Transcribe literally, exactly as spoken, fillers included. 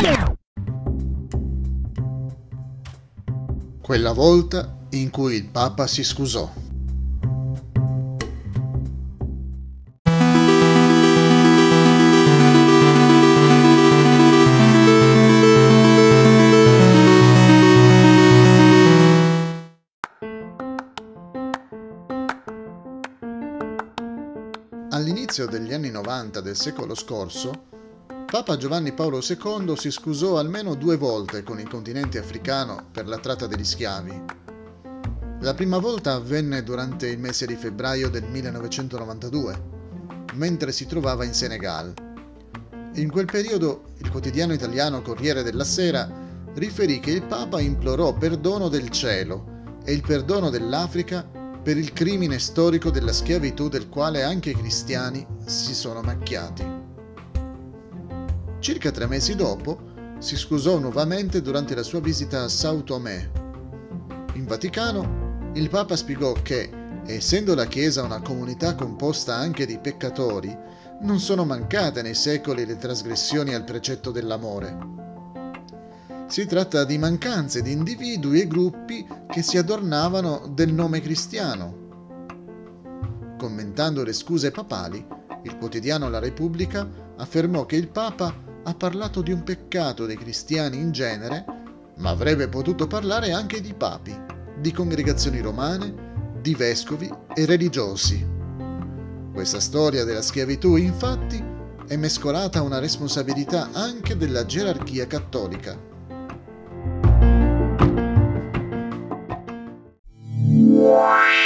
Quella volta in cui il Papa si scusò. All'inizio degli anni novanta del secolo scorso, Papa Giovanni Paolo secondo si scusò almeno due volte con il continente africano per la tratta degli schiavi. La prima volta avvenne durante il mese di febbraio del millenovecentonovantadue, mentre si trovava in Senegal. In quel periodo il quotidiano italiano Corriere della Sera riferì che il Papa implorò perdono del cielo e il perdono dell'Africa per il crimine storico della schiavitù del quale anche i cristiani si sono macchiati. Circa tre mesi dopo si scusò nuovamente durante la sua visita a São Tomé. In Vaticano il Papa spiegò che, essendo la Chiesa una comunità composta anche di peccatori, non sono mancate nei secoli le trasgressioni al precetto dell'amore. Si tratta di mancanze di individui e gruppi che si adornavano del nome cristiano. Commentando le scuse papali, il quotidiano La Repubblica affermò che il Papa ha parlato di un peccato dei cristiani in genere, ma avrebbe potuto parlare anche di papi, di congregazioni romane, di vescovi e religiosi. Questa storia della schiavitù, infatti, è mescolata a una responsabilità anche della gerarchia cattolica. Wow.